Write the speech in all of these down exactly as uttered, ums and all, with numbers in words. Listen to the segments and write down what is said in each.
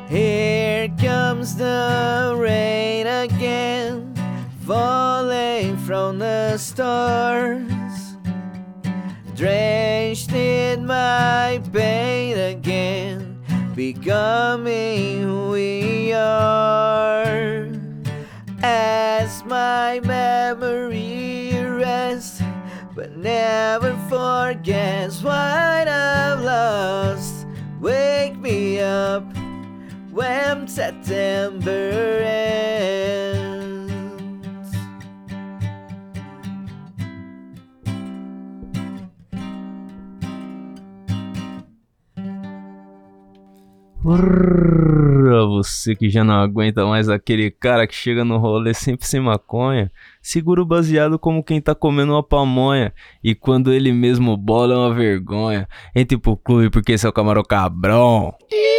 Here comes the rain again, falling from the stars, drenched in my pain again, becoming who we are. As my memory rests, but never forgets what I've lost, wake me up when September ends. Pra você que já não aguenta mais aquele cara que chega no rolê sempre sem maconha, segura o baseado como quem tá comendo uma pamonha, e quando ele mesmo bola é uma vergonha. Entre pro clube porque seu camarão cabrão.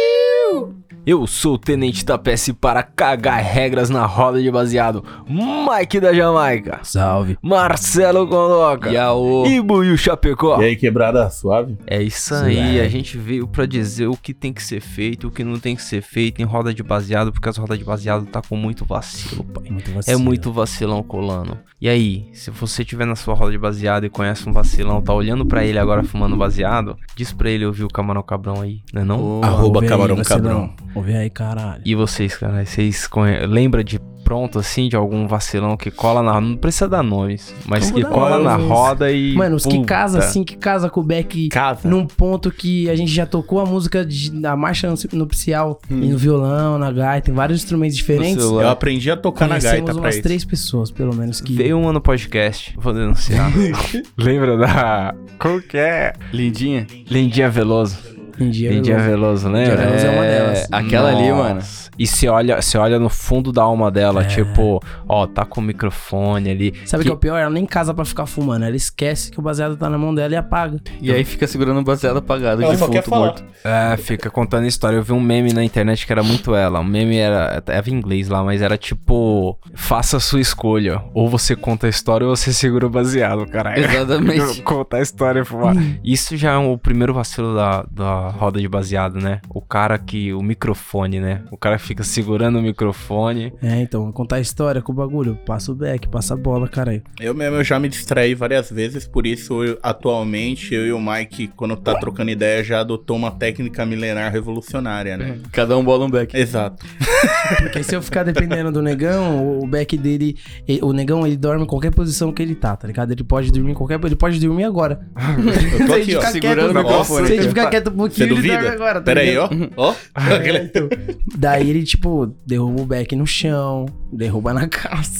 Eu sou o Tenente da P S para cagar regras na roda de baseado, Mike da Jamaica. Salve. Marcelo Condoca. Yaô. E Buiu Chapecó. E aí, quebrada suave? É isso aí, a gente veio pra dizer o que tem que ser feito, o que não tem que ser feito em roda de baseado, porque as rodas de baseado tá com muito vacilo, pai. Muito vacilo. É muito vacilão colando. E aí, se você tiver na sua roda de baseado e conhece um vacilão, tá olhando pra ele agora fumando baseado, diz pra ele ouvir o Camarão Cabrão aí, não é não? Ô, Arroba ouve aí, Camarão vacilão. Cabrão. Ouve aí, caralho. E vocês, cara, vocês conhe... lembram de pronto, assim, de algum vacilão que cola na... Não precisa dar nomes, mas Não que vou dar cola na nomes. roda e... Mano, os que puta. casa assim, que casa com o Beck Casa. num ponto que a gente já tocou a música de, da marcha nupcial e no violão, na gaita, tem vários instrumentos diferentes. celular. Eu aprendi a tocar na Conhecemos gaita pra umas isso. três pessoas, pelo menos, que... Veio uma no podcast, vou denunciar. Lembra da... Como que é? Lindinha. Lindinha Veloso. Lindinha Lindinha Veloso, lembra? Lindinha Veloso é uma delas. Aquela ali, Nossa. mano. E você olha, você olha no fundo da alma dela, É. tipo, ó, tá com o microfone ali. Sabe o que é o pior? Ela nem casa pra ficar fumando. Ela esquece que o baseado tá na mão dela e apaga. E aí fica segurando o baseado apagado, Ela só quer defunto, falar. morto. É, fica contando história. Eu vi um meme na internet que era muito ela. O meme era, era em inglês lá, mas era tipo, faça a sua escolha. Ou você conta a história ou você segura o baseado, caralho. Exatamente. Contar a história e fumar. Isso já é o primeiro vacilo da, da roda de baseado, né? O cara que, o microfone, né? O cara fica segurando o microfone. É, então, contar a história com o bagulho. Passa o Beck, passa a bola, caralho. Eu mesmo eu já me distraí várias vezes, por isso eu, atualmente eu e o Mike, quando tá trocando ideia, já adotou uma técnica milenar revolucionária, né? Cada um bola um back. Exato. Porque se eu ficar dependendo do negão, o Beck dele... ele- o negão, ele dorme em qualquer posição que ele tá, tá ligado? Ele pode dormir em qualquer... Ele pode dormir agora. Eu tô Se a aqui, gente ó. ficar segurando quieto, o microfone. Se a gente ficar quieto um Você pouquinho, ele dorme duvida? agora, tá Pera aí, ó. ligado? Ó. É, então. Daí ele, tipo, derruba o Beck no chão, derruba na calça,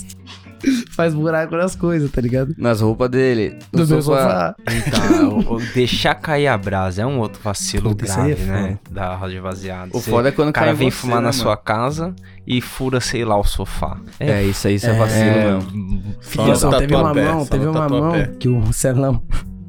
faz buraco nas coisas, tá ligado? Nas roupas dele. No Do meu sofá. sofá. Então, o- o deixar cair a brasa é um outro vacilo Puta, isso aí grave, é né? Da roda de baseado. O Você- foda é quando o cara cai em vem você, fumar né, na mano? sua casa e fura, sei lá, o sofá. É, isso aí, isso é, vacilo é, mesmo. Só Filha, no só teve uma tatuapé, mão, só teve no uma tatuapé. mão que o Celão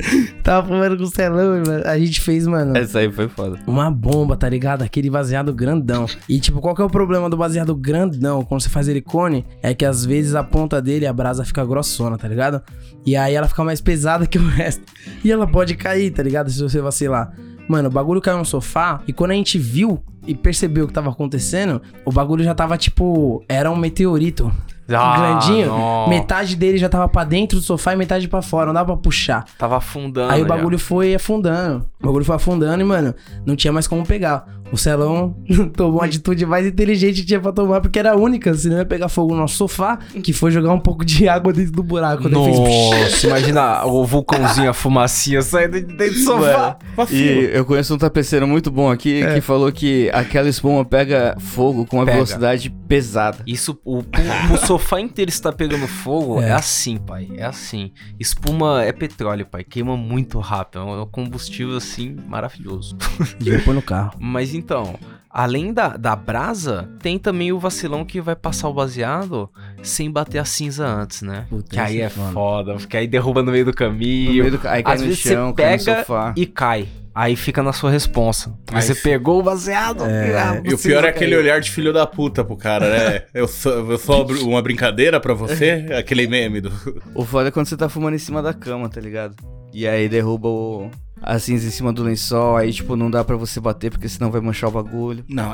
tava fumando com o Celão, mano. A gente fez, mano, Essa aí foi foda. uma bomba, tá ligado? Aquele baseado grandão. E, tipo, qual que é o problema do baseado grandão? Quando você faz ele cone, é que às vezes a ponta dele, a brasa fica grossona, tá ligado? E aí ela fica mais pesada que o resto. E ela pode cair, tá ligado? Se você vacilar. Mano, o bagulho caiu no sofá e quando a gente viu e percebeu o que tava acontecendo, o bagulho já tava, tipo, era um meteorito. Ah, grandinho, nossa. metade dele já tava pra dentro do sofá e metade pra fora, não dava pra puxar. Tava afundando. Aí o já. bagulho foi afundando. O bagulho foi afundando e, mano, não tinha mais como pegar. O Celão tomou a atitude mais inteligente que tinha pra tomar, porque era a única, senão ia pegar fogo no nosso sofá, que foi jogar um pouco de água dentro do buraco. Quando ele fez... Nossa, imagina o vulcãozinho, a fumacinha saindo de dentro do sofá. E eu conheço um tapeceiro muito bom aqui que falou que aquela espuma pega fogo com uma Pega. velocidade pesada. Isso, o, o, o sofá inteiro está pegando fogo, é. É. assim, pai, é assim. Espuma é petróleo, pai, queima muito rápido, é um combustível, assim, maravilhoso. Devia pôr no carro. Mas então, além da, da brasa, tem também o vacilão que vai passar o baseado sem bater a cinza antes, né? Puta, que aí isso é é foda. foda, porque aí derruba no meio do No caminho. meio do... Aí cai Às no vezes chão, você cai no pega sofá. e cai. Aí fica na sua responsa. Aí Você fi- pegou o baseado. ah, E o você pior é caiu. aquele olhar de filho da puta pro cara, né? Eu sou, eu sou uma brincadeira pra você? Aquele meme do... O foda é quando você tá fumando em cima da cama, tá ligado? E aí derruba o... a cinza em cima do lençol, aí tipo, não dá pra você bater porque senão vai manchar o bagulho. Não, é...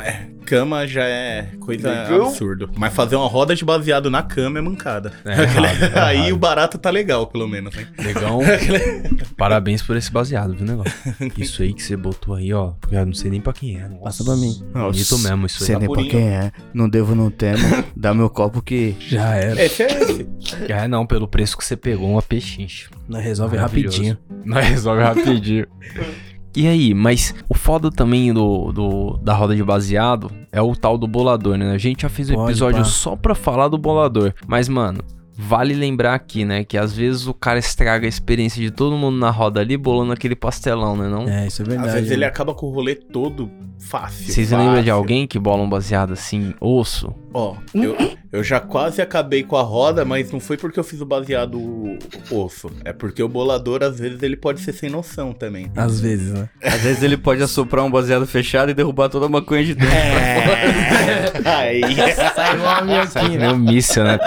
cama já é coisa Legal. absurda. Mas fazer uma roda de baseado na cama é mancada. É errado, é Aí errado. o barato tá legal, pelo menos, hein? Legal. Parabéns por esse baseado, viu, negócio? Isso aí que você botou aí, ó. Eu não sei nem pra quem é. Nossa. Passa pra mim. Bonito mesmo isso aí. Sei nem pra quem é. Não devo, não temo. Dá meu copo que... Já era. Esse é esse. É, não, pelo preço que você pegou, uma pechincha. Nós resolve Maravilhoso. rapidinho. Nós resolve rapidinho. E aí, mas o foda também do, do, da roda de baseado é o tal do bolador, né? A gente já fez um Pode, episódio pá. só pra falar do bolador. Mas, mano, vale lembrar aqui, né? Que às vezes o cara estraga a experiência de todo mundo na roda ali bolando aquele pastelão, né? Não? É, isso é verdade. Às vezes né? ele acaba com o rolê todo fácil. Vocês fácil. lembram de alguém que bola um baseado assim, osso? Ó, eu, eu já quase acabei com a roda, mas não foi porque eu fiz o baseado osso. É porque o bolador, às vezes, ele pode ser sem noção também. Às vezes, né? Às vezes ele pode assoprar um baseado fechado e derrubar toda a maconha de dentro. É. Aí. Sai igual a minha Sai aqui, que nem né? um míssil, né?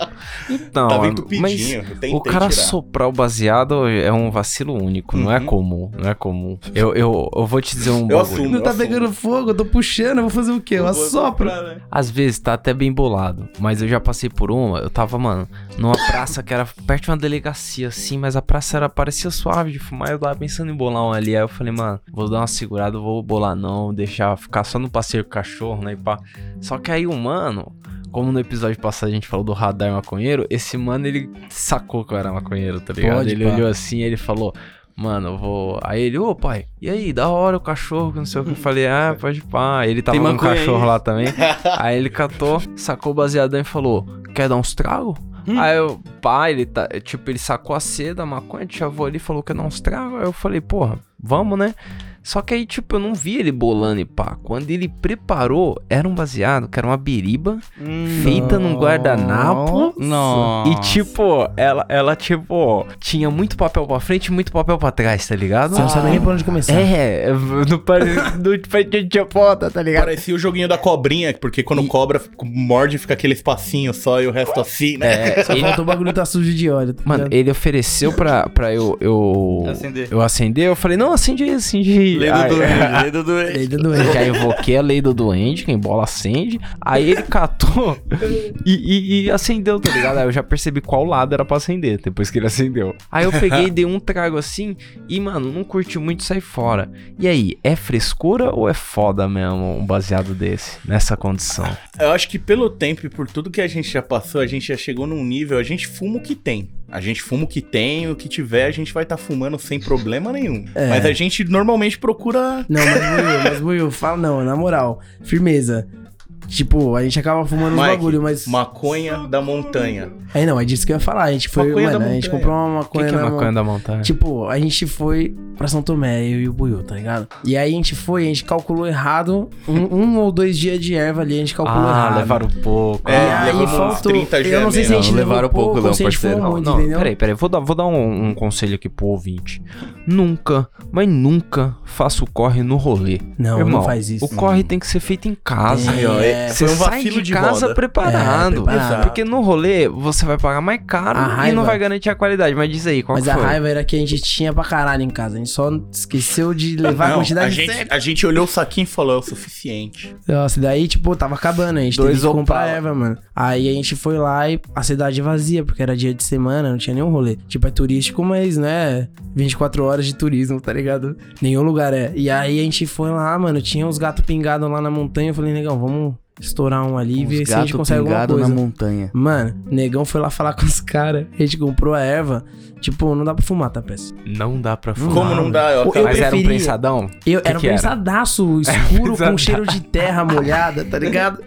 Então, Tava mas entupidinho. eu tentei o cara tirar. soprar o baseado é um vacilo único, não é Uhum. comum, não é comum. Eu, eu, eu vou te dizer um Eu bagulho. assumo. Não tá assumo. pegando fogo, eu tô puxando, eu vou fazer o quê? Eu assopro. Às vezes tá até bem bolado, mas eu já passei por uma, eu tava, mano, numa praça que era perto de uma delegacia, assim, mas a praça era, parecia suave de fumar, eu tava pensando em bolar um ali, aí eu falei, mano, vou dar uma segurada, vou bolar não, deixar ficar só no passeio com o cachorro, né, e pá. Só que aí o mano, como no episódio passado a gente falou do radar maconheiro, esse mano, ele sacou que eu era maconheiro, tá ligado? Pode, ele pá. olhou assim e ele falou... Mano, eu vou... Aí ele, ô pai, e aí, da hora o cachorro, que não sei o que. Eu falei, ah, pode pá. Ele tava Tem com um maconha cachorro aí? lá também. Aí ele catou, sacou o baseadão e falou, quer dar uns tragos? Aí eu, pá, ele tá... Tipo, ele sacou a seda, a maconha, chavou ali e falou, quer dar uns tragos? Aí eu falei, porra, vamos, né? Só que aí, tipo, eu não vi ele bolando e pá. Quando ele preparou, era um baseado, que era uma biriba, feita num guardanapo. Nossa. E, tipo, ela, ela, tipo, tinha muito papel pra frente e muito papel pra trás, tá ligado? Você não sabe nem por onde começar. É, não parecia não tinha ponta, tá ligado? Parecia o joguinho da cobrinha, porque quando cobra morde fica aquele espacinho só e o resto assim, né? É, Só ele, faltou o bagulho tá sujo de óleo. Tá mano, ligado? ele ofereceu pra, pra eu, eu, Acender. eu acender. Eu falei, não, acende aí, acende aí. Lei do Aí- doente, lei do doente. Ele do doente. Já invoquei a lei do doente, quem bola acende. Aí ele catou e, e- e acendeu, tá ligado? Aí eu já percebi qual lado era pra acender, depois que ele acendeu. Aí eu peguei e dei um trago assim e, mano, não curti muito sair fora. E aí, é frescura ou é foda mesmo um baseado desse, nessa condição? Eu acho que pelo tempo e por tudo que a gente já passou, a gente já chegou num nível, a gente fuma o que tem. A gente fuma o que tem, o que tiver, a gente vai estar fumando sem problema nenhum. É. Mas a gente normalmente procura... Não, mas Buiu, mas Buiu, fala não, na moral. Firmeza. Tipo, a gente acaba fumando uns Mike, bagulho, mas... maconha da montanha. Aí não, é disso que eu ia falar. A gente foi, Maconha da mano, a gente montanha. comprou uma O maconha que, que é na maconha mon- da montanha? Tipo, a gente foi pra São Tomé, eu e o Buiu, tá ligado? E aí a gente foi, a gente calculou errado. Um, um ou dois dias de erva ali, a gente calculou ah, errado. levaram pouco. E É, aí levamos uns faltou. trinta Eu não sei se a gente Não, levou levaram pouco, pouco não, ou se a gente parceiro. fumou muito, Não, entendeu? peraí, peraí, vou dar, vou dar um, um conselho aqui pro ouvinte. Nunca, mas nunca faça o corre no rolê. Não, Irmão, não faz isso. O corre tem que ser feito em casa. É, ó, é- Você foi um sai vacilo de de casa roda. preparado. É, preparado. Porque no rolê você vai pagar mais caro A e raiva- não vai garantir a qualidade. Mas diz aí, qual Mas que a foi? raiva era que a gente tinha pra caralho em casa. A gente só esqueceu de levar a Não, quantidade a, gente, certa. a gente olhou o saquinho e falou, é o suficiente. Nossa, daí, tipo, tava acabando. A gente Dois teve que comprar Opala. erva, mano. Aí a gente foi lá e a cidade vazia, porque era dia de semana, não tinha nenhum rolê. Tipo, é turístico, mas, né, vinte e quatro horas de turismo, tá ligado? Nenhum lugar é. E aí a gente foi lá, mano, tinha uns gatos pingados lá na montanha. Eu falei, negão, vamos estourar um ali e ver se a gente Gato consegue alguma pingado coisa. na montanha. Mano, negão foi lá falar com os caras. A gente comprou a erva. Tipo, não dá pra fumar, tá, peça? Não dá pra fumar. Como não dá? Eu, Eu acabei- Mas era um preferia- prensadão? Eu, Que era um que era? prensadaço escuro com prensadaço. cheiro de terra molhada, tá ligado?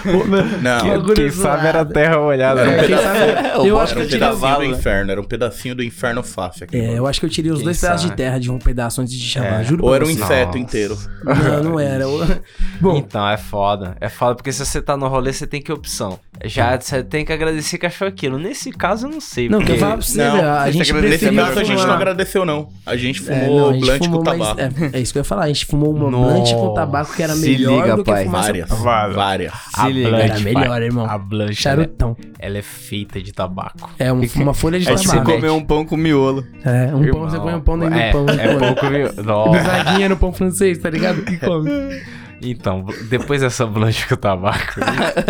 Não, Quem, bagulho quem sabe era zoado. terra olhada. Era um né? Quem sabe- o eu bosta acho que era eu um tirei pedacinho cavalo, do né? inferno, era um pedacinho do inferno fácil aqui. É, eu acho que eu tirei os Quem dois pedaços sabe? de terra de um pedaço antes de chamar, É. juro Ou pra era um você. inseto Nossa. inteiro. Não, não era. Bom, Então, é foda. É foda, porque se você tá no rolê, você tem que opção. Já você tem que agradecer que achou aquilo. Nesse caso, eu não sei. não, porque... que eu falo pra você, Não, velho, a você gente agradeceu, Nesse preferiu caso a gente fumar. não agradeceu, não. A gente É, fumou não, a gente blunt fumou com mais- tabaco. É, é isso que eu ia falar, a gente fumou uma Nossa. blunt com tabaco que era Se melhor liga, do que pai. fumar Várias. Várias. Várias. A Se liga. blunt, Era melhor, pai. irmão. A blunt, ela, Charutão. ela é feita de tabaco. É um- uma folha de É tipo tabaco. comer um pão com miolo. É, um pão, Irmão, você põe um pão dentro é, do pão. É pouco, viu? Nossa. Pisadinha no pão francês, tá ligado? E come. Então, depois dessa blanche com o tabaco,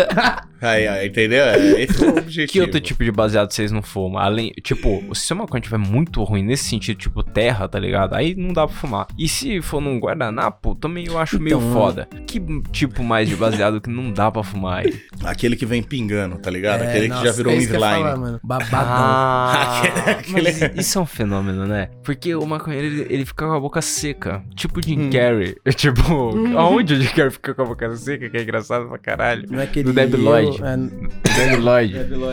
Aí, aí, entendeu? É, esse é o objetivo. que outro tipo de baseado vocês não fumam? Além, tipo, se a maconha tiver muito ruim nesse sentido, tipo terra, tá ligado? Aí não dá pra fumar. E se for num guardanapo, também eu acho meio Então, foda. Que tipo mais de baseado que não dá pra fumar aí? Aquele que vem pingando, tá ligado? É, Aquele que nossa, já virou é um isso que eu ia slime. falar, mano. Babadão. Ah, Aquele- mas isso é um fenômeno, né? Porque o maconheiro, ele, ele fica com a boca seca. Tipo o Jim Hum. Carrey. Tipo, aonde o Jim Carrey fica com a boca seca? Que é engraçado pra caralho. Não é aquele... Do Debi Lloyd. eu- é, Debi Lloyd.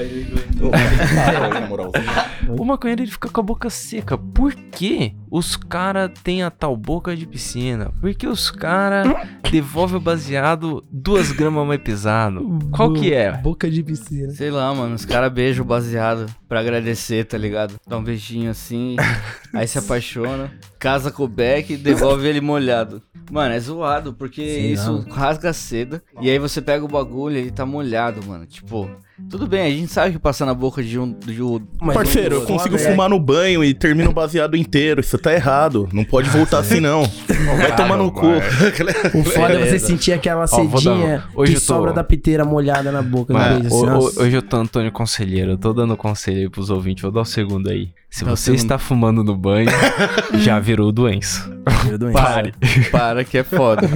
Ô, para, na moralzinha. O maconheiro, ele fica com a boca seca. Por que os caras têm a tal boca de piscina? Por que os caras devolvem o baseado duas gramas mais pesado? Qual que é? Boca de piscina. Sei lá, mano, os caras beijam o baseado pra agradecer, tá ligado? Dá um beijinho assim, aí se apaixona, casa com o Beck e devolve ele molhado. Mano, é zoado, porque Sei isso rasga a seda, e aí você pega o bagulho e ele tá molhado, mano. Tipo, tudo bem, a gente sabe que passar na boca de um... De um Mas Parceiro, eu um- consigo um- fumar no banho e termino o baseado inteiro. Isso tá errado. Não pode voltar assim, não. Vai tomar no cu. O foda é você Beleza. sentir aquela Ó, vou dar cedinha uma- hoje que eu tô- sobra da piteira molhada na boca. no Mano, beijo, o- assim, o- nossa. hoje eu tô Antônio Conselheiro, eu tô dando conselho aí pros ouvintes, vou dar o segundo aí. Se Dá o você segundo. está fumando no banho, já virou doença. Vira doente. Para, para que é foda.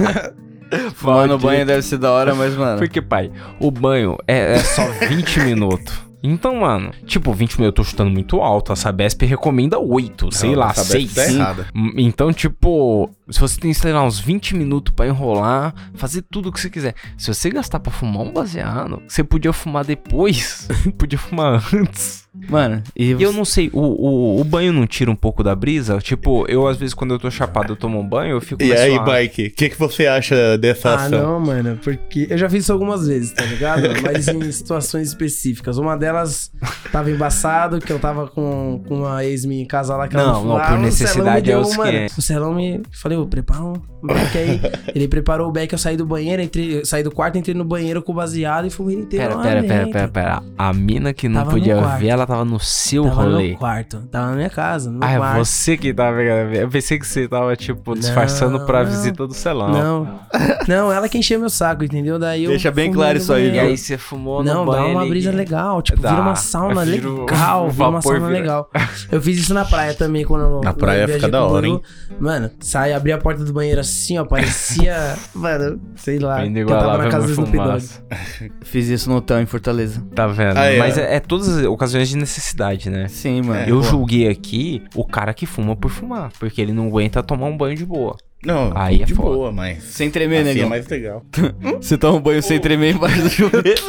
Fumar no banho deve ser da hora, mas, mano... Porque, pai, o banho é, é só vinte minutos. Então, mano, tipo, vinte minutos eu tô chutando muito alto. A Sabesp recomenda oito, sei lá, seis. Tá errada. Hum, Então, tipo, se você tem, sei lá, uns vinte minutos pra enrolar, fazer tudo o que você quiser. Se você gastar pra fumar um baseado, você podia fumar depois, podia fumar antes. Mano, e... E eu não sei, o, o, o banho não tira um pouco da brisa? Tipo, eu às vezes quando eu tô chapado eu tomo um banho, eu fico E mais aí, suave. Bike, o que, que você acha dessa Ah, ação? não, mano, porque eu já fiz isso algumas vezes, tá ligado? Mas em situações específicas. Uma delas tava embaçado, que eu tava com, com uma ex minha em casa lá que ela Não, não não, fumava, por o necessidade Celão é me os deu, que- mano, O Celão me... Falei, ô, prepara um beck aí. Ele preparou o beck, eu saí do banheiro, entrei, saí do quarto, entrei no banheiro com o baseado e fumei inteiro Pera, lá pera, pera, dentro. pera, pera. A mina que não Tava no podia quarto. ver, ela tava no seu Tava no rolê. meu quarto, tava na minha casa, no meu Ah, é quarto. você que tava pegando. Eu pensei que você tava, tipo, disfarçando Não, pra não. visita do Celão. Não, não, ela que encheu meu saco, entendeu? Daí eu Deixa bem fumei claro no isso aí, E banheiro. aí você fumou Não, no dá banho uma ali. brisa legal, tipo, Dá. vira uma sauna Vira um- legal, um vira uma vapor, sauna vira- legal. Eu fiz isso na praia também, quando eu Na praia eu viajei fica da com o hora, Buru. Mano, sai, abri a porta do banheiro assim, ó, parecia, mano, sei lá, Vem que eu igual tava lá, na vendo casa do Snoop Dogg. fumaça. Fiz isso no hotel em Fortaleza. Tá vendo? Ah, é. Mas é, é todas as ocasiões de necessidade, né? Sim, mano. Eu Pô. julguei aqui o cara que fuma por fumar, porque ele não aguenta tomar um banho de boa. Não, Aí é de foda. boa, mas... Sem tremer, assim negão. é mais legal. Você toma um banho sem tremer embaixo do chuveiro.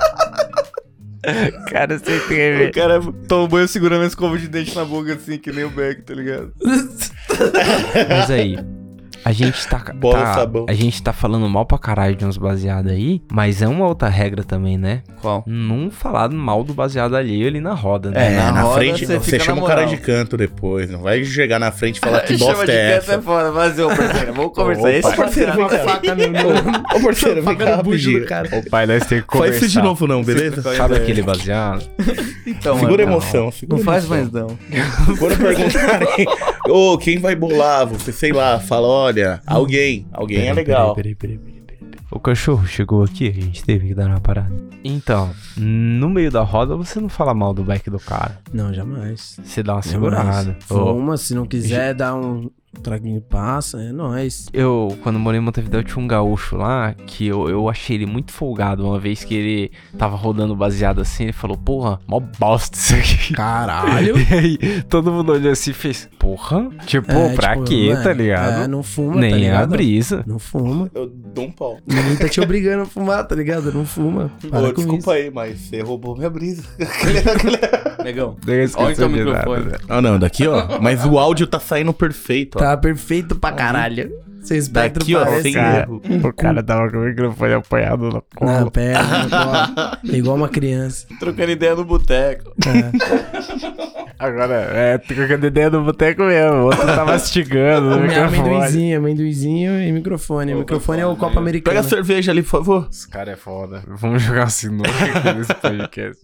Cara, você O tem cara toma um banho segurando a escova de dente na boca assim, que nem o Beck, tá ligado? Mas aí, a gente tá, Bola, tá- sabão. a gente tá falando mal pra caralho de uns baseados aí, mas é uma outra regra também, né? Qual? Não falar mal do baseado alheio ali na roda, né? É, na na, roda frente você você, fica chama na o cara moral. de canto depois. Não vai chegar na frente e falar que Chama bosta de é canto essa. é foda, mas ô, parceiro, vamos conversar. Opa, Esse parceiro, vem cá. faca no meu... Ô, parceiro, vem cá faca no bucho rapidinho. do cara. Ô pai, nós temos que Faz conversar. isso de novo não, beleza? Sabe aquele baseado? Então, Segura a mano, emoção, segura Não faz a emoção. mais não. Quando perguntarem, ô, quem vai bolar? Você, sei lá, fala, olha, alguém. Alguém é legal. Peraí, peraí, peraí, peraí, peraí. O cachorro chegou aqui, a gente teve que dar uma parada. Então, no meio da roda você não fala mal do bike do cara. Não, jamais. Você dá uma Jamais. segurada. Ô, Fuma, se não quiser dar um traguinho passa, é nóis. Eu, quando morei em Montevidéu, tinha um gaúcho lá que eu, eu achei ele muito folgado. Uma vez que ele tava rodando baseado assim, ele falou, porra, mó bosta isso aqui. Caralho. E aí, todo mundo olhou assim e fez, porra? Tipo, É, pra tipo, quê, mano, tá ligado? É, não fuma, Nem tá é a ligado? brisa. Não fuma. Eu dou um pau. Ninguém tá te obrigando a fumar, tá ligado? Não fuma. Para Ô, com desculpa isso. aí, mas você roubou minha brisa. Negão. Nem esqueci Olha então o de nada, microfone. né? Ah, não, daqui, ó. Mas o áudio tá saindo perfeito, ó. Tá perfeito pra caralho. Seu espectro Daqui, ó, parece... sem Cara, erro. o cara tava com o microfone apoiado no Na colo. perna, igual, igual uma criança. Trocando ideia no boteco. É. Agora, é, trocando ideia no boteco mesmo. O outro tá mastigando no microfone. Amendoinzinho, amendoinzinho e microfone. O microfone é o copo Pega americano. a cerveja ali, por favor. Esse cara é foda. Vamos jogar um sinuca aqui nesse podcast.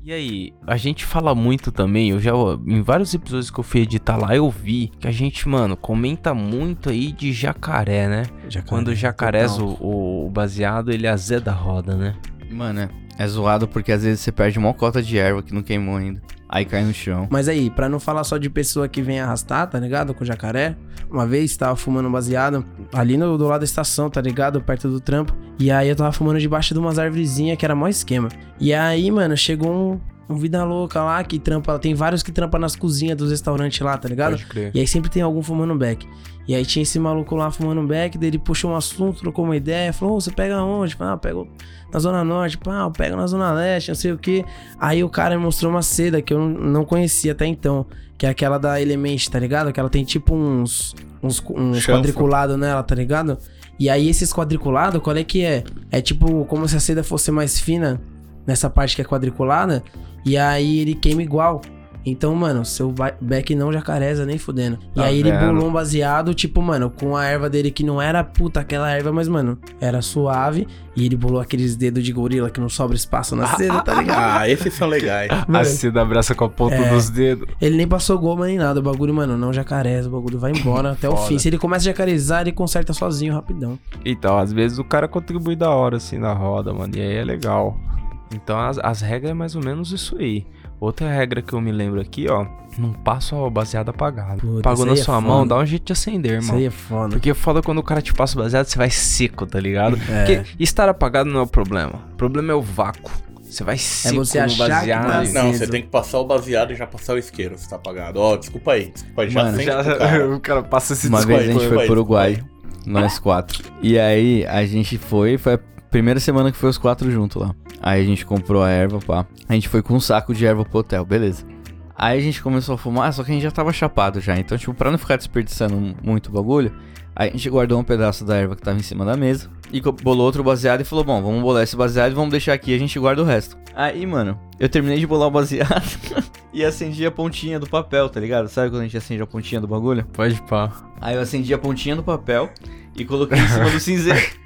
E aí, a gente fala muito também, eu já, em vários episódios que eu fui editar lá, eu vi que a gente, mano, comenta muito aí de jacaré, né? Jacaré, Quando o jacaré, total. o, o baseado, ele azeda a roda, né? Mano, é, é zoado porque às vezes você perde uma cota de erva que não queimou ainda. Aí cai no chão. Mas aí, pra não falar só de pessoa que vem arrastar, tá ligado? Com jacaré. Uma vez tava fumando um baseado ali no, do lado da estação, tá ligado? Perto do trampo. E aí eu tava fumando debaixo de umas arvorezinhas que era mó esquema. E aí, mano, chegou um, um vida louca lá que trampa. Tem vários que trampam nas cozinhas dos restaurantes lá, tá ligado? Pode crer. E aí sempre tem algum fumando beck. E aí tinha esse maluco lá fumando beck, daí ele puxou um assunto, trocou uma ideia, falou, oh, você pega onde? Ah, eu pego na Zona Norte, pá, eu pego na Zona Leste, não sei o que. Aí o cara me mostrou uma seda que eu não conhecia até então, que é aquela da Element, tá ligado? Que ela tem tipo uns, uns, uns quadriculados nela, tá ligado? E aí esses quadriculados, qual é que é? É tipo como se a seda fosse mais fina nessa parte que é quadriculada, e aí ele queima igual. Então, mano, seu beck não jacareza nem fudendo. E Tá aí ele vendo? bolou um baseado, tipo, mano, com a erva dele que não era puta aquela erva, mas, mano, era suave. E ele bolou aqueles dedos de gorila que não sobra espaço na seda, tá ligado? Ah, esses são legais. A seda abraça com a ponta É. dos dedos. Ele nem passou goma nem nada. O bagulho, mano, não jacareza. O bagulho vai embora até o Foda. fim. Se ele começa a jacarezar, ele conserta sozinho, rapidão. Então, às vezes o cara contribui da hora, assim, na roda, mano. E aí é legal. Então, as, as regras é mais ou menos isso aí. Outra regra que eu me lembro aqui, ó. Não passa o baseado apagado. Puta, Pagou isso na aí é sua foda. mão, dá um jeito de acender, Isso irmão. aí é foda. Porque foda quando o cara te passa o baseado, você vai seco, tá ligado? É. Porque estar apagado não é o problema. O problema é o vácuo. Você vai seco você no achar que baseado. tá e- Não, aceso. você tem que passar o baseado e já passar o isqueiro, se tá apagado. Ó, desculpa aí. Desculpa aí, já Mano, sente Já- pro cara. o cara passa esse Uma desculpa vez a aí, gente desculpa foi aí, pro desculpa Uruguai, nós quatro. E aí a gente foi, foi a primeira semana que foi os quatro juntos lá. Aí a gente comprou a erva, pá. A gente foi com um saco de erva pro hotel, beleza. Aí a gente começou a fumar, só que a gente já tava chapado já. Então, tipo, pra não ficar desperdiçando muito bagulho, a gente guardou um pedaço da erva que tava em cima da mesa e co- bolou outro baseado e falou, bom, vamos bolar esse baseado e vamos deixar aqui, a gente guarda o resto. Aí, mano, eu terminei de bolar o baseado e acendi a pontinha do papel, tá ligado? Sabe quando a gente acende a pontinha do bagulho? Pode pá. Aí eu acendi a pontinha do papel e coloquei em cima do cinzeiro.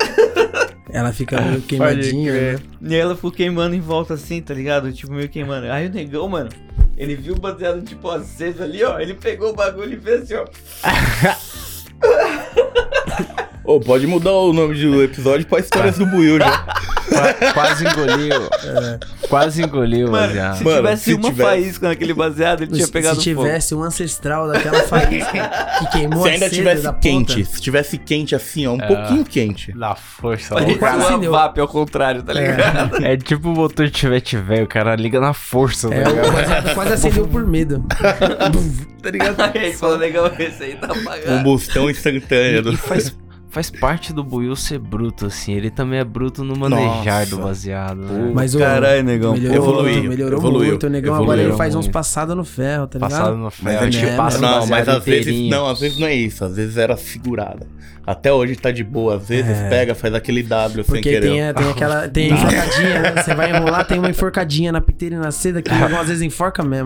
Ela fica meio queimadinha, né? E ela ficou queimando em volta assim, tá ligado? Tipo, meio queimando. Aí o negão, mano, ele viu o baseado tipo aceso ali, ó. Ele pegou o bagulho e fez assim, ó. Ô, pode mudar o nome do episódio pra Histórias do Buiu já. Qua- Quase engoliu. Quase engoliu o Mano, baseado. se Mano, tivesse se uma tivesse- faísca naquele baseado, ele tinha Se pegado fogo. tivesse um ancestral daquela faísca que queimou Se a ainda seda tivesse da quente, ponta. se tivesse quente assim, ó, um pouquinho quente. Na força. Ele louca. quase Parecia uma acendeu. V A P ao contrário, tá ligado? É tipo o motor de chivete velho, o cara liga na força, tá É, o ligado? baseado quase acendeu por medo. Tá ligado? Aí ele falou, negão, esse aí tá apagado. Combustão instantânea. Do... E faz, faz parte do Buiu ser bruto, assim. Ele também é bruto no manejar Nossa. do baseado, né? Pô, Mas o Caralho, negão. melhorou, Evoluiu, melhorou evoluiu, muito. O negão evoluiu agora ele faz uns muito. passados no ferro, tá ligado? Passado no Mas ferro, a a gente gente passa o não, mas baseado às vezes inteirinho. não, às vezes não é isso, às vezes era segurada. Até hoje tá de boa, às vezes É. pega, faz aquele W sem Porque querer. tem, a- tem aquela. Tem enforcadinha, né? Você vai enrolar, tem uma enforcadinha na piteira e na seda que o negão às vezes enforca mesmo.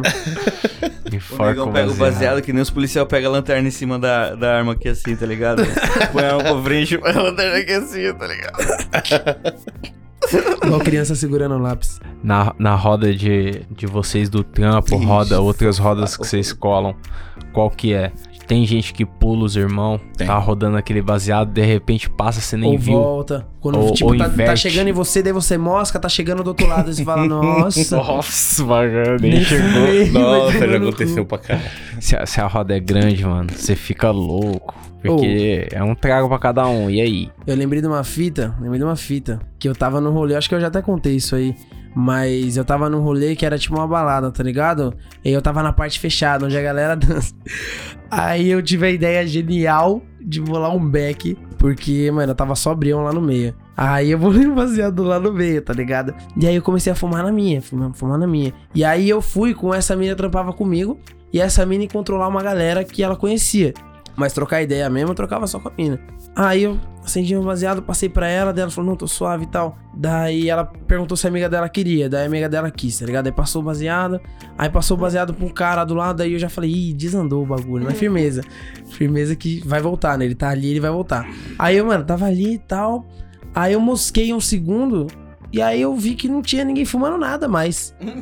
O Enforca negão pega o baseado que nem os policiais pegam a lanterna em cima da, da arma aqui assim, tá ligado? Põe a arma pra frente e põe a lanterna aqui assim, tá ligado? Igual criança segurando o lápis. Na, na roda de, de vocês do trampo, Ixi. roda, outras rodas que vocês colam, qual que é? Tem gente que pula os irmãos, Tem. tá rodando aquele baseado, de repente passa, você nem Ou viu. volta. Quando Ou- tipo, ou tá, tá inverte. chegando em você, daí você mosca, tá chegando do outro lado. Aí você fala, nossa. Nossa, bagulho, nem nem chegou. fumei, vai Nossa, tomar já no aconteceu cu. pra caralho. Se a, se a roda é grande, mano, você fica louco. Porque é um trago pra cada um, e aí? Eu lembrei de uma fita, lembrei de uma fita, que eu tava no rolê, acho que eu já até contei isso aí, mas eu tava num rolê que era tipo uma balada, tá ligado? E eu tava na parte fechada, onde a galera dança. Aí eu tive a ideia genial de bolar um beck, porque, mano, eu tava sobrião lá no meio. Aí eu bolei um baseado lá no meio, tá ligado? E aí eu comecei a fumar na minha, fumar, fumar na minha. E aí eu fui com essa mina que trampava comigo, e essa mina ia controlar uma galera que ela conhecia. Mas trocar ideia mesmo, eu trocava só com a mina. Aí eu acendi um baseado, passei pra ela, daí ela falou, não, tô suave e tal. Daí ela perguntou se a amiga dela queria, daí a amiga dela quis, tá ligado? Aí passou o baseado, aí passou o baseado pra um cara do lado, aí eu já falei, ih, desandou o bagulho, mas firmeza. Firmeza que vai voltar, né? Ele tá ali, ele vai voltar. Aí eu, mano, tava ali e tal, aí eu mosquei um segundo, e aí eu vi que não tinha ninguém fumando nada mais.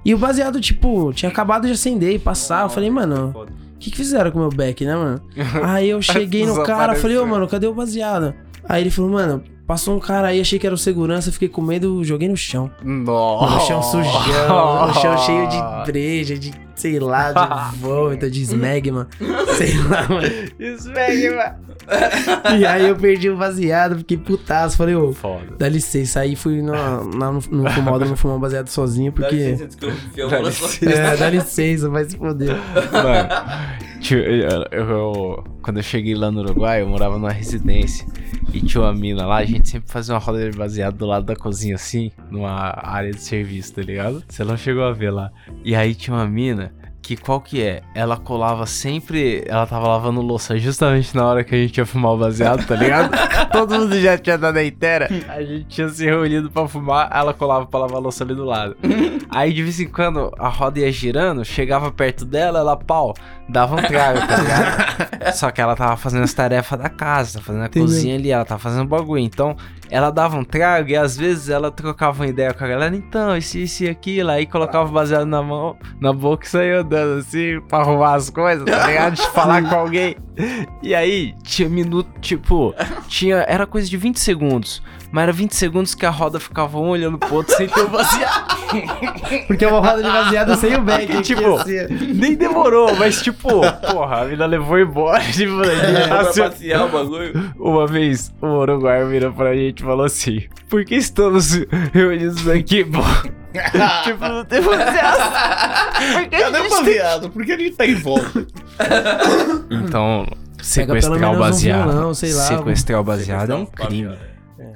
E o baseado, tipo, tinha acabado de acender e passar. Eu falei, mano, o que que fizeram com o meu beck, né, mano? Aí eu cheguei no cara, falei, ô, mano, cadê o baseado? Aí ele falou, mano, passou um cara aí, achei que era o segurança, fiquei com medo, joguei no chão. Nossa. No chão sujão, no chão cheio de breja, de, sei lá, de vômito, de smegma, sei lá, mano. Smegma. E aí eu perdi o baseado, fiquei putaço, falei, ô, Foda. dá licença. Aí fui no, no, no fumódromo fumar um baseado sozinho, porque... Dá licença. É, dá licença, vai se foder. Mano, tio, eu, eu- eu- quando eu cheguei lá no Uruguai, eu morava numa residência. E tinha uma mina lá, a gente sempre fazia uma roda de baseado do lado da cozinha, assim, numa área de serviço, tá ligado? Você não chegou a ver lá. E aí tinha uma mina que, qual que é? Ela colava sempre, ela tava lavando louça justamente na hora que a gente ia fumar o baseado, tá ligado? Todo mundo já tinha dado a inteira, a gente tinha se reunido pra fumar, ela colava pra lavar a louça ali do lado. Aí de vez em quando a roda ia girando, chegava perto dela, ela, pau, dava um trago, tá ligado? Só que ela tava fazendo as tarefas da casa, tá fazendo a Entendeu? cozinha ali, ela tava fazendo bagulho. Então, ela dava um trago e às vezes ela trocava uma ideia com a galera, então, esse, esse e aquilo, aí colocava o baseado na mão, na boca e saía andando assim, pra arrumar as coisas, tá ligado? De falar com alguém. E aí, tinha minuto, tipo, tinha, era coisa de vinte segundos, mas era vinte segundos que a roda ficava um olhando pro outro sem ter o baseado. Porque é uma roda de baseado sem o beck. Porque, que tipo, ia ser. nem demorou, mas tipo, porra, a mina levou embora. Tipo, assim, Pra passear o bagulho. uma vez, o uruguaio virou pra gente e falou assim: por que estamos reunidos aqui, pô? Tipo, não tem baseado. Porque a Cadê o gente baseado? Por que a gente tá em volta? Então, Pega pelo sequestrar o menos um baseado. violão, sei lá, sequestrar o baseado é um Sequestrar o crime. baseado.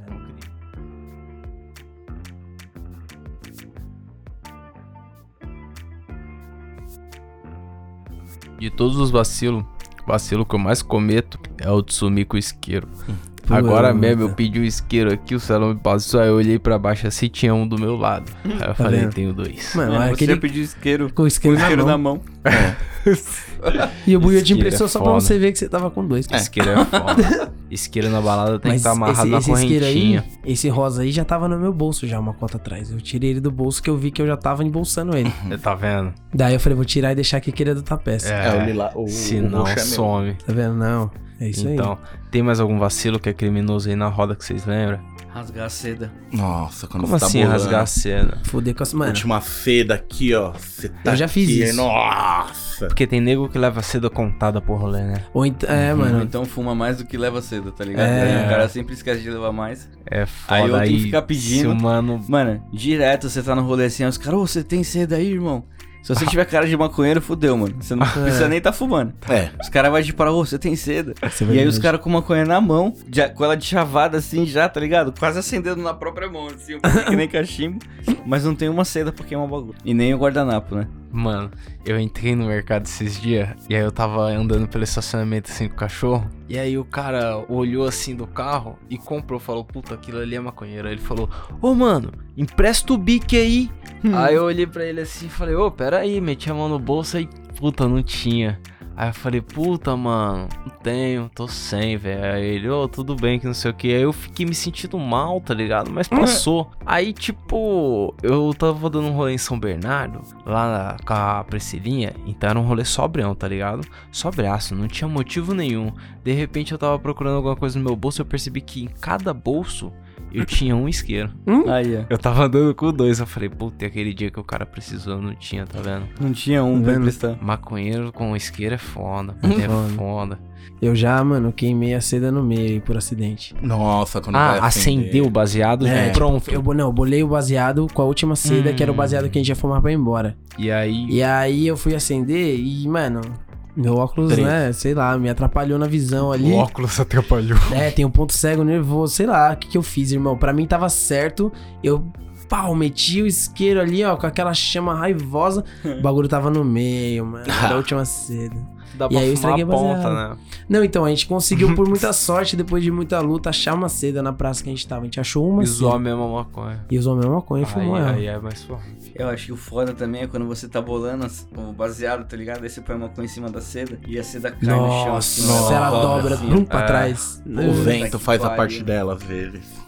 De todos os vacilos, o vacilo que eu mais cometo é o de sumir com o isqueiro. Pô, Agora eu- mesmo eu pedi um isqueiro aqui, o salão me passou, aí eu olhei pra baixo assim, tinha um do meu lado. Aí eu falei, vendo? tenho dois. Mano, Mano, é você aquele pediu isqueiro com o isqueiro, com o isqueiro na na mão. mão. E o Buiu te Isqueiro emprestou é só pra foda. você ver que você tava com dois. Isqueiro é foda. Isqueiro na balada tem que estar amarrado na isqueiro correntinha. aí, esse rosa aí já tava no meu bolso já uma cota atrás. Eu tirei ele do bolso que eu vi que eu já tava embolsando ele. Você tá vendo? Daí eu falei, vou tirar e deixar aqui que ele é do tapete. É, o lila- o- se o não, roxo é meu. some. Tá vendo? Não. É isso aí. Então, tem mais algum vacilo que é criminoso aí na roda que vocês lembram? Rasgar a seda. Nossa, quando Como você tá assim bolando. rasgar a cena? Foder com as... Mano, Última seda aqui, ó. Você tá Eu já fiz aqui, isso. Nossa. Porque tem nego que leva seda contada por rolê, né? ou então... É, Ou mano. então fuma mais do que leva seda, tá ligado? É. Aí o cara sempre esquece de levar mais. É foda. Aí eu tenho que aí, ficar pedindo. Se o mano... Mano, direto você tá no rolê assim, aí os caras, ô, você tem seda aí, irmão? Se você tiver cara de maconheiro, fudeu, mano. Você não precisa nem tá fumando. É. Os caras vão te parar, ô, você tem seda. Isso é E aí verdade. os caras com maconha na mão, já- com ela de chavada assim já, tá ligado? Quase acendendo na própria mão, assim, um pouquinho que nem cachimbo. Mas não tem uma seda pra queimar o bagulho. E nem o guardanapo, né? Mano, eu entrei no mercado esses dias e aí eu tava andando pelo estacionamento assim com o cachorro. E aí o cara olhou assim do carro e comprou, falou, puta, aquilo ali é maconheiro. Aí ele falou, ô mano, empresta o bique aí. Aí eu olhei pra ele assim e falei, ô, pera aí, meti a mão no bolso e puta, não tinha. Aí eu falei, puta, mano, não tenho, tô sem, velho. Aí ele, ô, tudo bem, que não sei o que. Aí eu fiquei me sentindo mal, tá ligado? Mas passou. Aí, tipo, eu tava dando um rolê em São Bernardo, lá na, com a Priscilinha. Então era um rolê sobrião, tá ligado? Sobraço, não tinha motivo nenhum. De repente eu tava procurando alguma coisa no meu bolso, eu percebi que em cada bolso eu tinha um isqueiro. Aí, ó. Eu tava andando com dois, eu falei, puta, e aquele dia que o cara precisou, eu não tinha, tá vendo? Não tinha um pra vendo? emprestar. Maconheiro com isqueiro é foda, é Foda. foda. Eu já, mano, queimei a seda no meio aí por acidente. Nossa, quando vai Ah, acendeu o baseado, É, já pronto. Eu, não, eu bolei o baseado com a última seda, que era o baseado que a gente ia fumar pra ir embora. E aí, E aí eu fui acender e, mano, meu óculos, Três. né, sei lá, me atrapalhou na visão ali. o óculos atrapalhou. É, tem um ponto cego nervoso, sei lá, o que, que eu fiz, irmão? Pra mim tava certo, eu, pau, meti o isqueiro ali, ó, com aquela chama raivosa, o bagulho tava no meio, mano, era a última seda. Dá E pra aí eu fumar estraguei a a ponta, baseado. né? Não, então, a gente conseguiu, por muita sorte, depois de muita luta, achar uma seda na praça que a gente tava. A gente achou uma E usou a seda. mesma maconha. E usou a mesma maconha e Aí, fumou ela. aí é mais forte. Eu acho que o foda também é quando você tá bolando as- o baseado, tá ligado? Aí você põe a maconha em cima da seda e a seda cai no chão. Nossa, assim, ela dobra dobra assim, brum, ó. pra É. trás. O vento que faz a pariu. parte dela, às vezes.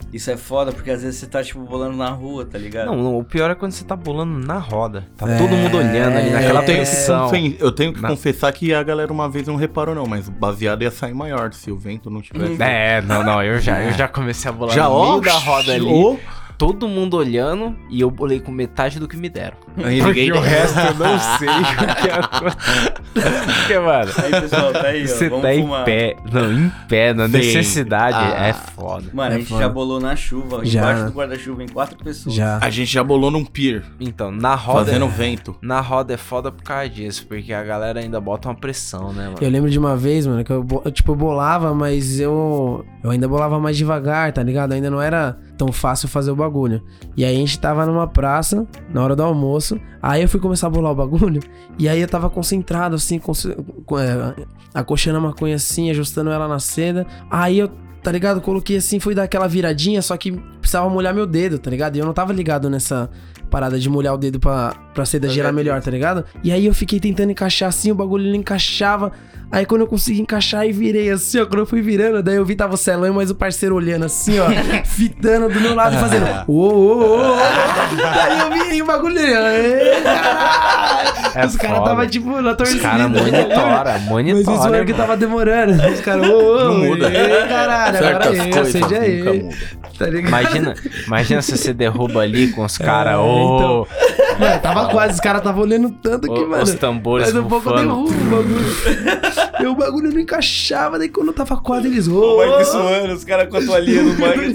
Isso é foda, porque às vezes você tá, tipo, bolando na rua, tá ligado? Não, não, o pior é quando você tá bolando na roda. Tá É, todo mundo olhando ali naquela eu tenho, que tensão. confen- eu tenho que Na- confessar que a galera uma vez não reparou não, mas o baseado ia sair maior se o vento não tivesse... É, não, não, eu já, eu já comecei a bolar Já, no ó, meio da roda ali. ó. Todo mundo olhando e eu bolei com metade do que me deram. Aí Porque ninguém- o resto eu não sei o que aconteceu. Porque, mano, Aí, pessoal, tá aí, ó. você Vamos tá em fumar. pé. Não, em pé, na Sim. necessidade. Ah. É foda. Mano, a É gente foda. já bolou na chuva, Já. embaixo do guarda-chuva, em quatro pessoas. Já. A gente já bolou num pier, Então, na roda. fazendo vento. Na roda é foda por causa disso, porque a galera ainda bota uma pressão, né, mano? Eu lembro de uma vez, mano, que eu, bo- eu, tipo, eu bolava, mas eu, eu ainda bolava mais devagar, tá ligado? Ainda não era tão fácil fazer o bagulho. E aí a gente tava numa praça, na hora do almoço, aí eu fui começar a bolar o bagulho, e aí eu tava concentrado, assim, com, com, é, acochando a maconha assim, ajustando ela na seda. Aí eu, tá ligado? Coloquei assim, fui dar aquela viradinha, só que precisava molhar meu dedo, tá ligado? E eu não tava ligado nessa parada de molhar o dedo pra, pra seda girar melhor, tá ligado? E aí eu fiquei tentando encaixar assim, o bagulho não encaixava. Aí quando eu consegui encaixar e virei assim, ó, quando eu fui virando, daí eu vi tava o Celão, mas o parceiro olhando assim, ó, fitando do meu lado e fazendo ô, ô, ô, ô. Daí eu vi e o bagulho dele, "Ê, caralho." É Os caras foda. tava tipo na Os torcida. caras monitora, Mas monitora. isso era que mano. tava demorando. Os caras, ô, ô, Não muda. ê, caralho, agora Certas é, coisas seja nunca aí. mudam. Tá ligado? Imagina, imagina se você derruba ali com os caras, É, ô, Mano, tava quase, os caras tava olhando tanto que, ô, mano. os tambores Mas um pouco eu bufando. derrubo o bagulho. E o bagulho não encaixava, daí quando tava quase eles. Ô, Vai suando, os caras com a toalhinha no banho.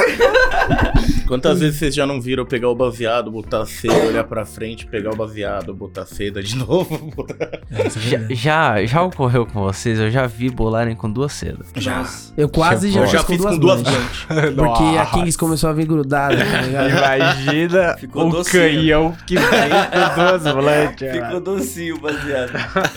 Quantas vezes vocês já não viram pegar o baseado, botar a seda, olhar pra frente, pegar o baseado, botar a seda de novo? Botar... Já, já, já ocorreu com vocês? Eu já vi bolarem com duas sedas. Já. Eu quase já, Eu já fiz fiz com com duas duas manchas. manchas. Porque a Kings começou a vir grudada, tá ligado? Imagina Ficou o docinho. canhão que vem com duas volantes. Ficou docinho, baseado.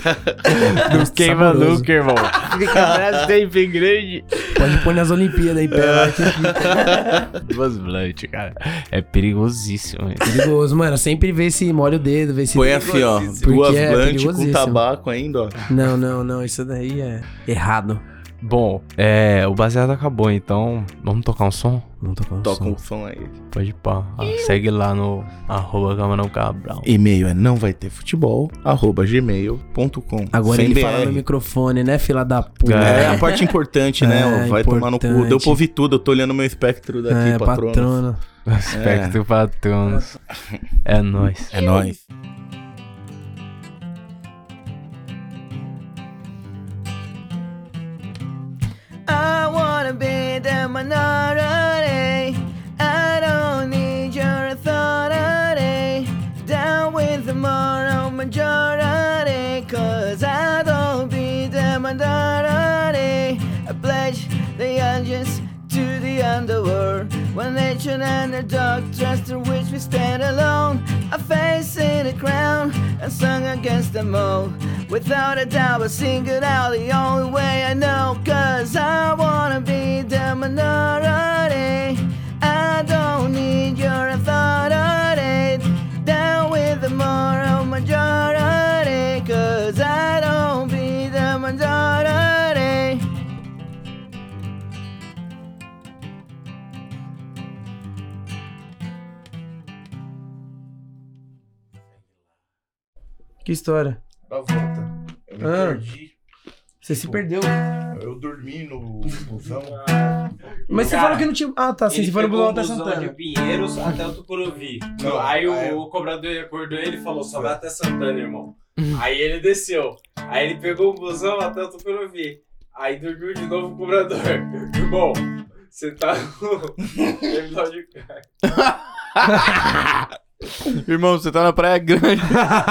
Não queima Saboroso. nunca, irmão. Fica pra sempre grande. Pode pôr nas Olimpíadas aí, pé lá. Que Duas volantes, cara. É perigosíssimo. isso. perigoso, mano. Sempre vê se molha o dedo, vê se. Foi assim, ó, Perigosíssimo. duas Porque é blantes com perigosíssimo. tabaco ainda, ó. Não, não, não. Isso daí é errado. Bom, é, o baseado acabou, então vamos tocar um som? Não tô com Toca som. um som aí. Pode ir pá. Ah, segue lá no arroba Camarão Cabral. E-mail é não vai ter futebol, arroba gmail ponto com. Agora Sem ele B fala R. no microfone, né, fila da puta? É a parte importante, né? É, Vai tomar no cu. importante. Deu pra ouvir tudo, eu tô olhando meu espectro daqui, É, patrono. patrona. Aspecto patronos. É nóis. É nóis. I wanna be the minority. I don't need your authority. Down with the moral majority. Cause I don't be the minority. I pledge the allegiance to the underworld. One nation under dark trust through which we stand alone. I face in the crown and sung against them all. Without a doubt, I sing it out the only way I know. Cause I wanna be the minority. I don't need your authority. Down with the moral majority. Cause I don't be the majority. Que história? Dá volta. Eu me Ah. perdi. Você se perdeu. Eu dormi no busão. Mas você Cara, falou que não tinha. Ah, tá. Sim, você foi no busão até de Santana. Pinheiros até o Tucuruvi. Não, aí o, aí eu- o cobrador acordou ele e falou, só vai até Santana, irmão. Aí ele desceu. Aí ele pegou o busão até o Tucuruvi. Aí dormiu de novo o cobrador. Irmão, você tá no terminal de carro. Irmão, você tá na Praia Grande.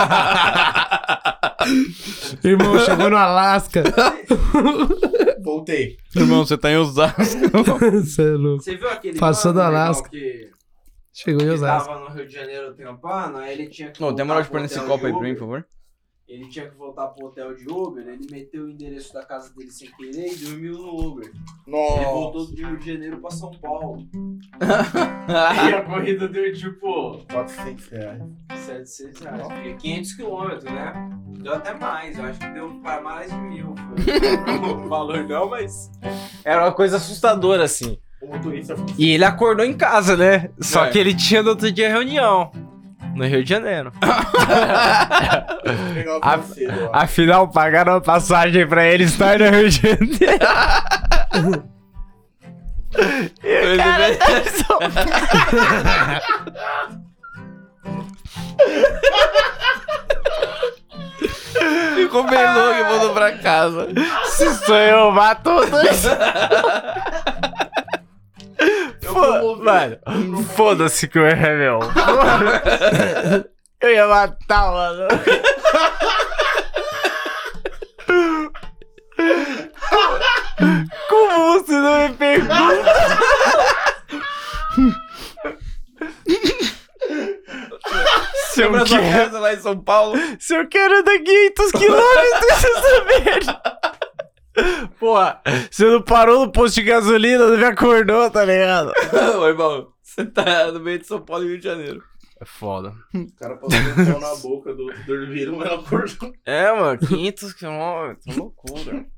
Irmão, chegou no Alasca. Voltei. Irmão, você tá em Osasco. Você é louco. Você viu aquele Passou mano, do irmão, Alasca. que, Chegou em que Osasco. tava no Rio de Janeiro trampando, aí ele tinha que Ô, voltar demora de pro pôr nesse hotel copo de aí pra mim, Uber. por favor. Ele tinha que voltar pro hotel de Uber, ele meteu o endereço da casa dele sem querer e dormiu no Uber. Ele voltou do Rio de Janeiro pra São Paulo. E a corrida deu tipo quatrocentos reais. setecentos reais. Porque quinhentos quilômetros, né? Deu até mais, eu acho que deu para mais de mil. Foi. O valor não, mas Era uma coisa assustadora, assim. O motorista ficou E ele acordou em casa, né? Só É. que ele tinha no outro dia reunião. No Rio de Janeiro. legal A- cedo, ó. Afinal, pagaram a passagem pra ele estar no Rio de Janeiro. E o cara tá só- Ficou bem louco e voltou pra casa. Se sou eu, mato dois. Fo- Mano, foda-se que o erro é meu. Eu ia matar, mano. Como você não me pergunta? Se eu, Pra sua quero, casa lá em São Paulo. se eu quero andar quinhentos quilômetros, essa merda. Porra, você não parou no posto de gasolina, não me acordou, tá ligado? Ô, irmão, você tá no meio de São Paulo e Rio de Janeiro. É foda. O cara passou um pão na boca do outro, dormiram, ela acordou. É, mano, quinhentos quilômetros, loucura.